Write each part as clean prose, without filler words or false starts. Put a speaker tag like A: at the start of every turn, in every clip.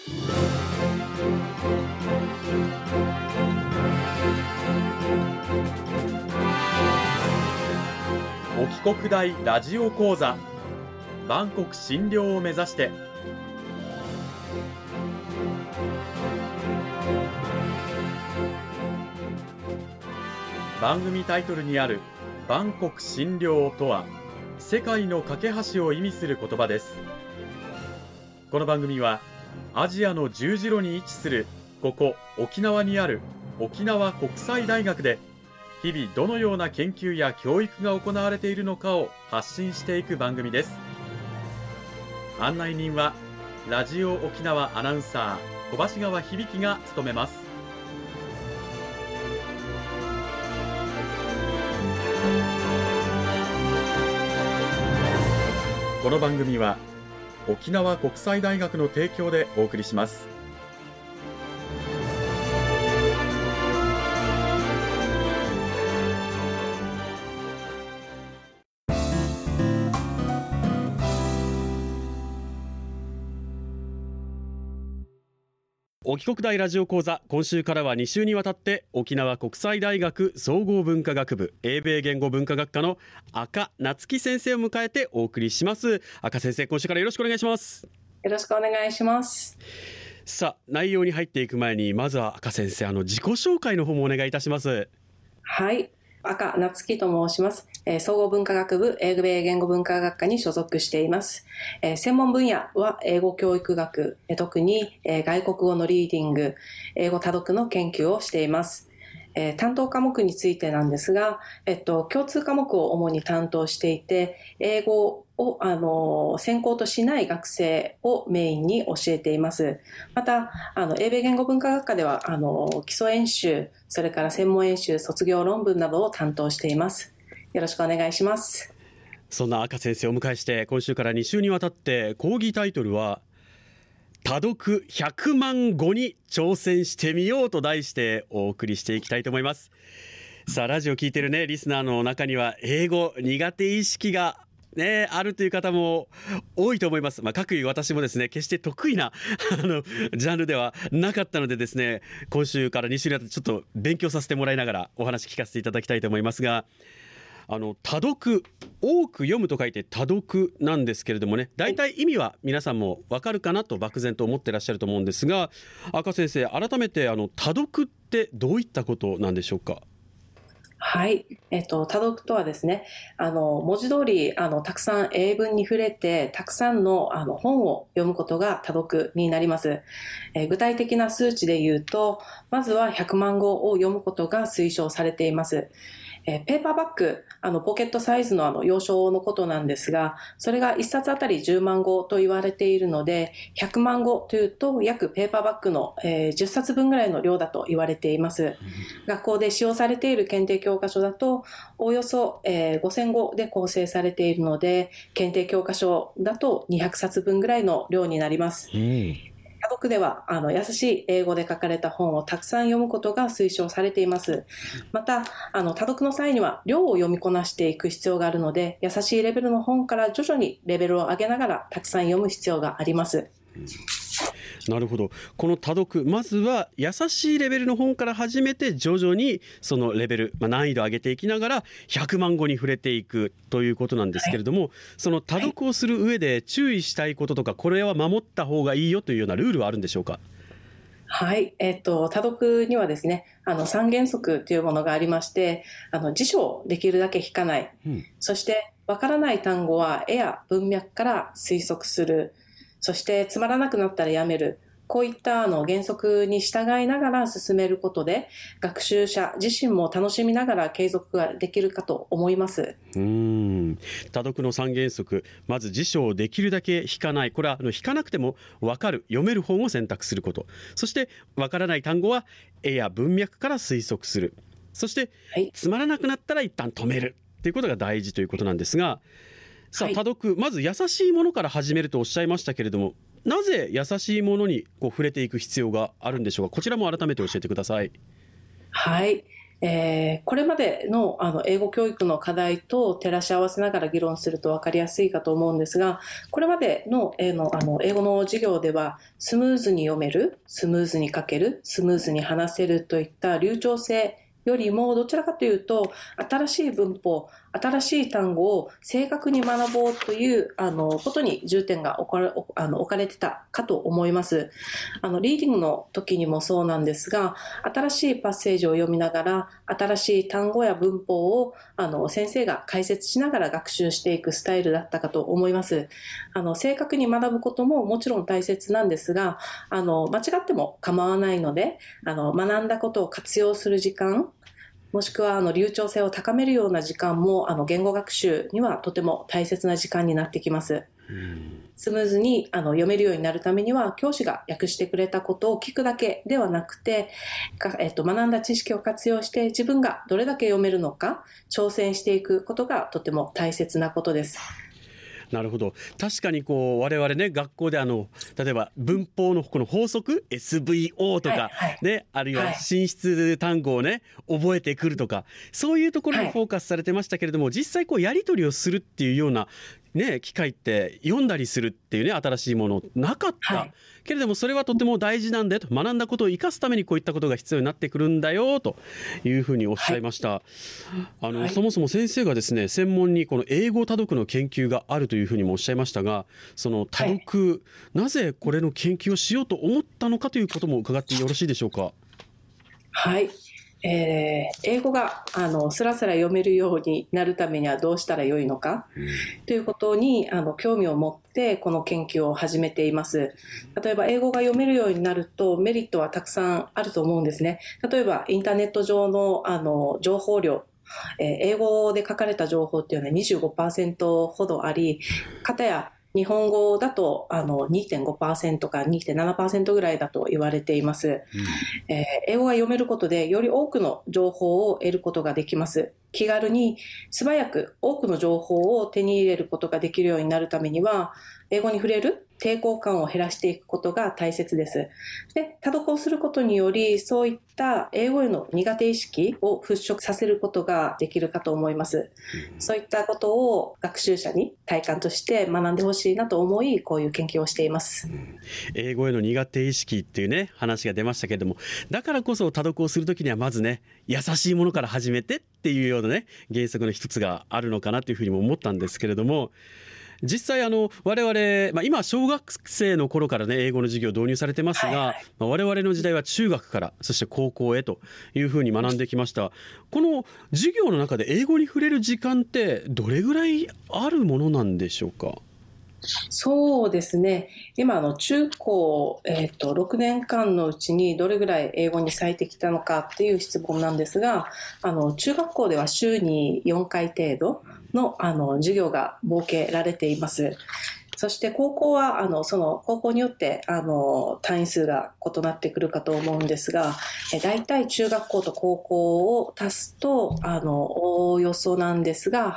A: 沖国大ラジオ講座、万国診療を目指して。番組タイトルにある万国診療とは、世界の架け橋を意味する言葉です。この番組はアジアの十字路に位置するここ沖縄にある沖縄国際大学で、日々どのような研究や教育が行われているのかを発信していく番組です。案内人はラジオ沖縄アナウンサー小橋川響が務めます。この番組は沖縄国際大学の提供でお送りします。沖国大ラジオ講座、今週からは2週にわたって沖縄国際大学総合文化学部英米言語文化学科の赤夏樹先生を迎えてお送りします。赤先生、今週からよろしくお願いします。
B: よろしくお願いします。
A: さあ、内容に入っていく前に、まずは赤先生、自己紹介の方もお願いいたします。
B: はい、赤夏樹と申します。総合文化学部英米言語文化学科に所属しています。専門分野は英語教育学、特に外国語のリーディング、英語多読の研究をしています。担当科目についてなんですが、共通科目を主に担当していて、英語を専攻としない学生をメインに教えています。また英米言語文化学科では基礎演習、それから専門演習、卒業論文などを担当しています。よろしくお願いします。
A: そんな赤先生をお迎えして、今週から2週にわたって講義タイトルは多読100万語に挑戦してみようと題してお送りしていきたいと思います。さあ、ラジオ聞いてるねリスナーの中には英語苦手意識があるという方も多いと思います。かくいう私もですね、決して得意なジャンルではなかったのでですね、今週から2週にわたってちょっと勉強させてもらいながらお話聞かせていただきたいと思いますが、多読、多く読むと書いて多読なんですけれどもね、大体意味は皆さんもわかるかなと漠然と思ってらっしゃると思うんですが、赤先生、改めて多読ってどういったことなんでしょうか。
B: はい、多読とはですね、文字通りたくさん英文に触れて、たくさんの本を読むことが多読になります。具体的な数値で言うと、まずは100万語を読むことが推奨されています。ペーパーバッグ、ポケットサイズの洋書のことなんですが、それが1冊あたり10万語と言われているので、100万語というと約ペーパーバッグの、10冊分ぐらいの量だと言われています。学校で使用されている検定教科書だとおおよそ、5000語で構成されているので、検定教科書だと200冊分ぐらいの量になります。多読では優しい英語で書かれた本をたくさん読むことが推奨されています。また多読の際には量を読みこなしていく必要があるので、優しいレベルの本から徐々にレベルを上げながらたくさん読む必要があります。
A: なるほど。この多読、まずは優しいレベルの本から始めて、徐々にそのレベル、難易度を上げていきながら100万語に触れていくということなんですけれども、その多読をする上で注意したいこととか、これは守った方がいいよというようなルールはあるんでしょうか。
B: はい、多読にはですね、3原則というものがありまして、辞書をできるだけ引かない、そしてわからない単語は絵や文脈から推測する、そしてつまらなくなったらやめる、こういった原則に従いながら進めることで、学習者自身も楽しみながら継続ができるかと思います。
A: 多読の3原則、まず辞書をできるだけ引かない、これは引かなくても分かる、読める本を選択すること、そして分からない単語は絵や文脈から推測する、そして、つまらなくなったら一旦止めるということが大事ということなんですが、さあ、多読、まず優しいものから始めるとおっしゃいましたけれども、なぜ優しいものに触れていく必要があるんでしょうか。こちらも改めて教えてください。
B: はい、 これまでの英語教育の課題と照らし合わせながら議論すると分かりやすいかと思うんですが、これまでの英語の授業ではスムーズに読める、スムーズに書ける、スムーズに話せるといった流暢性よりも、どちらかというと新しい文法、新しい単語を正確に学ぼうということに重点が置かれてたかと思います。リーディングの時にもそうなんですが、新しいパッセージを読みながら新しい単語や文法を先生が解説しながら学習していくスタイルだったかと思います。正確に学ぶことももちろん大切なんですが、間違っても構わないので、学んだことを活用する時間、もしくは流暢性を高めるような時間も言語学習にはとても大切な時間になってきます。スムーズに読めるようになるためには、教師が訳してくれたことを聞くだけではなくて、学んだ知識を活用して自分がどれだけ読めるのか挑戦していくことがとても大切なことです。
A: なるほど。確かに我々ね、学校で例えば文法のこの法則 SVO とか、ね、あるいは進出単語をね覚えてくるとか、そういうところにフォーカスされてましたけれども、実際やり取りをするっていうようなね、機会って読んだりするっていうね、新しいものなかった、けれども、それはとても大事なんだよと、学んだことを生かすためにこういったことが必要になってくるんだよというふうにおっしゃいました。そもそも先生がですね、専門にこの英語多読の研究があるというふうにもおっしゃいましたが、その多読、なぜこれの研究をしようと思ったのかということも伺ってよろしいでしょうか。
B: はい、英語がスラスラ読めるようになるためにはどうしたらよいのか、ということに興味を持ってこの研究を始めています。例えば英語が読めるようになるとメリットはたくさんあると思うんですね。例えばインターネット上の情報量、英語で書かれた情報っていうのは 25% ほどあり、かたや日本語だと2.5% か 2.7% ぐらいだと言われています。英語が読めることでより多くの情報を得ることができます。気軽に素早く多くの情報を手に入れることができるようになるためには、英語に触れる抵抗感を減らしていくことが大切です。で、多読をすることにより、そういった英語への苦手意識を払拭させることができるかと思います。そういったことを学習者に体感として学んでほしいなと思い、こういう研究をしています。
A: 英語への苦手意識っていうね、話が出ましたけれども、だからこそ多読をするときにはまずね、優しいものから始めてっていうようなね、原則の一つがあるのかなというふうにも思ったんですけれども、実際我々、今小学生の頃からね、英語の授業導入されてますが、我々の時代は中学からそして高校へというふうに学んできました。この授業の中で英語に触れる時間ってどれぐらいあるものなんでしょうか。
B: そうですね。今中高、6年間のうちにどれぐらい英語に割いてきたのかっていう質問なんですが、中学校では週に4回程度の授業が設けられています。そして高校はその高校によって単位数が異なってくるかと思うんですが、だいたい中学校と高校を足すとおおよそなんですが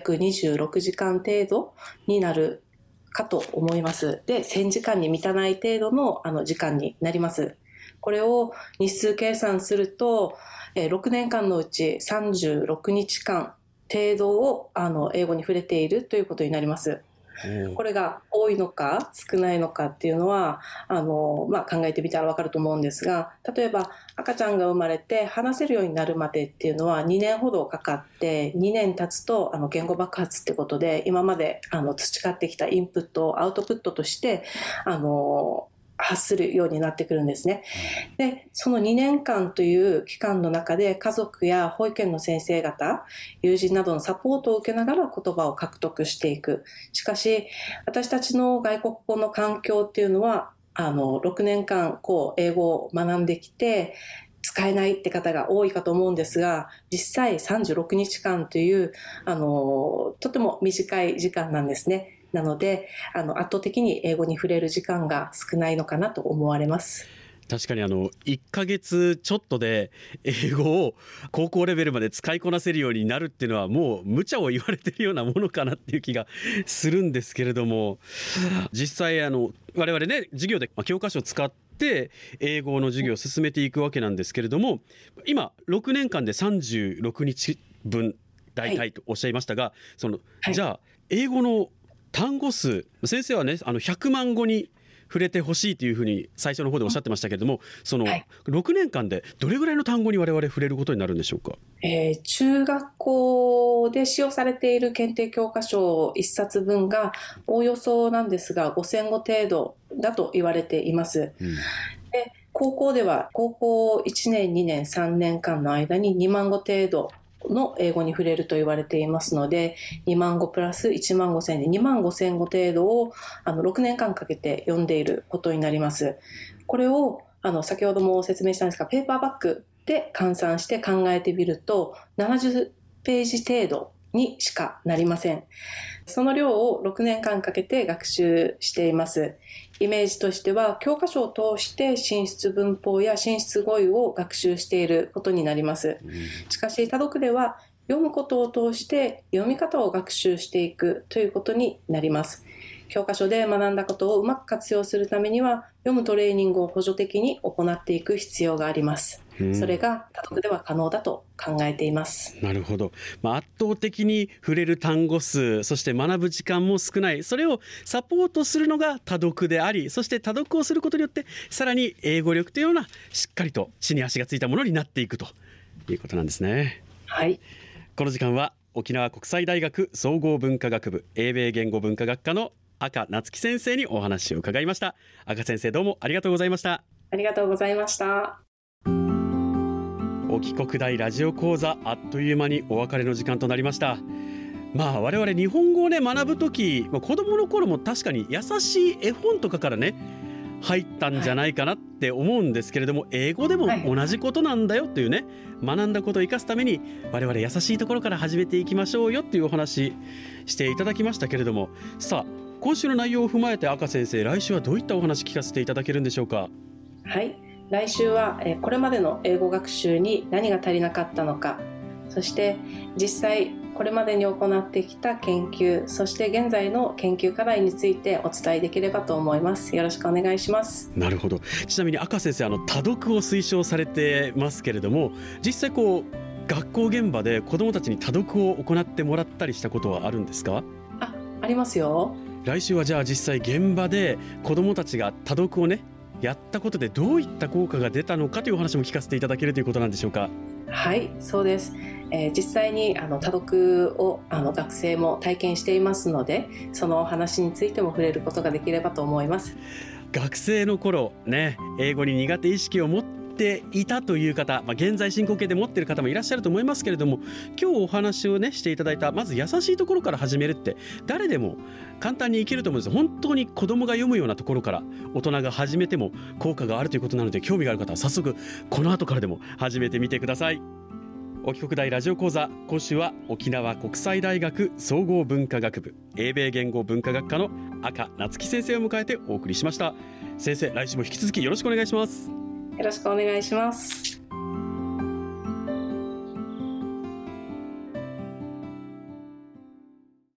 B: 826時間程度になるかと思います。で、1000時間に満たない程度の時間になります。これを日数計算すると、6年間のうち36日間程度を英語に触れているということになります。これが多いのか少ないのかっていうのは考えてみたら分かると思うんですが、例えば赤ちゃんが生まれて話せるようになるまでっていうのは2年ほどかかって、2年経つと言語爆発ってことで、今まで培ってきたインプットをアウトプットとして発するようになってくるんですね。で、その2年間という期間の中で家族や保育園の先生方、友人などのサポートを受けながら言葉を獲得していく。しかし、私たちの外国語の環境っていうのは、6年間英語を学んできて、使えないって方が多いかと思うんですが、実際36日間というとても短い時間なんですね。なので圧倒的に英語に触れる時間が少ないのかなと思われます。
A: 確かに1ヶ月ちょっとで英語を高校レベルまで使いこなせるようになるっていうのはもう無茶を言われてるようなものかなっていう気がするんですけれども、実際我々ね授業で教科書を使って英語の授業を進めていくわけなんですけれども、今6年間で36日分大体とおっしゃいましたが、じゃあ英語の単語数、先生はね100万語に触れてほしいというふうに最初の方でおっしゃってましたけれども、6年間でどれぐらいの単語に我々触れることになるんでしょうか。
B: 中学校で使用されている検定教科書1冊分がおおよそなんですが5000語程度だと言われています。で高校では高校1年2年3年間の間に2万語程度の英語に触れると言われていますので、2万語プラス1万5000で2万5000語程度を6年間かけて読んでいることになります。これを先ほども説明したんですがペーパーバッグで換算して考えてみると70ページ程度にしかなりません。その量を6年間かけて学習しています。イメージとしては教科書を通して進出文法や進出語彙を学習していることになります。しかし多読では読むことを通して読み方を学習していくということになります。教科書で学んだことをうまく活用するためには読むトレーニングを補助的に行っていく必要があります。それが多読では可能だと考えています。
A: なるほど、圧倒的に触れる単語数、そして学ぶ時間も少ない、それをサポートするのが多読であり、そして多読をすることによってさらに英語力というようなしっかりと地に足がついたものになっていくということなんですね。
B: はい、
A: この時間は沖縄国際大学総合文化学部英米言語文化学科の赤夏樹先生にお話を伺いました。赤先生、どうもありがとうございました。
B: ありがとうございました。
A: 沖国大ラジオ講座、あっという間にお別れの時間となりました。我々日本語をね学ぶとき、子供の頃も確かに優しい絵本とかからね入ったんじゃないかなって思うんですけれども、英語でも同じことなんだよというね、学んだことを生かすために我々優しいところから始めていきましょうよっていうお話していただきましたけれども、さあ今週の内容を踏まえて赤先生、来週はどういったお話聞かせていただけるんでしょうか。
B: はい、来週はこれまでの英語学習に何が足りなかったのか、そして実際これまでに行ってきた研究、そして現在の研究課題についてお伝えできればと思います。よろしくお願いします。
A: なるほど。ちなみに赤先生、多読を推奨されてますけれども、実際学校現場で子どもたちに多読を行ってもらったりしたことはあるんですか。
B: ありますよ。
A: 来週はじゃあ実際現場で子どもたちが多読をねやったことでどういった効果が出たのかというお話も聞かせていただけるということなんでしょうか。
B: はい、そうです。実際に多読を学生も体験していますので、そのお話についても触れることができればと思います。
A: 学生の頃ね、英語に苦手意識を持っていたという方、現在進行形で持っている方もいらっしゃると思いますけれども、今日お話をねしていただいたまず優しいところから始めるって誰でも簡単にいけると思うんです。本当に子供が読むようなところから大人が始めても効果があるということなので、興味がある方は早速この後からでも始めてみてください。沖国大ラジオ講座、今週は沖縄国際大学総合文化学部英米言語文化学科の赤夏樹先生を迎えてお送りしました。先生、来週も引き続きよろしくお願いします。
B: よろしくお願いします。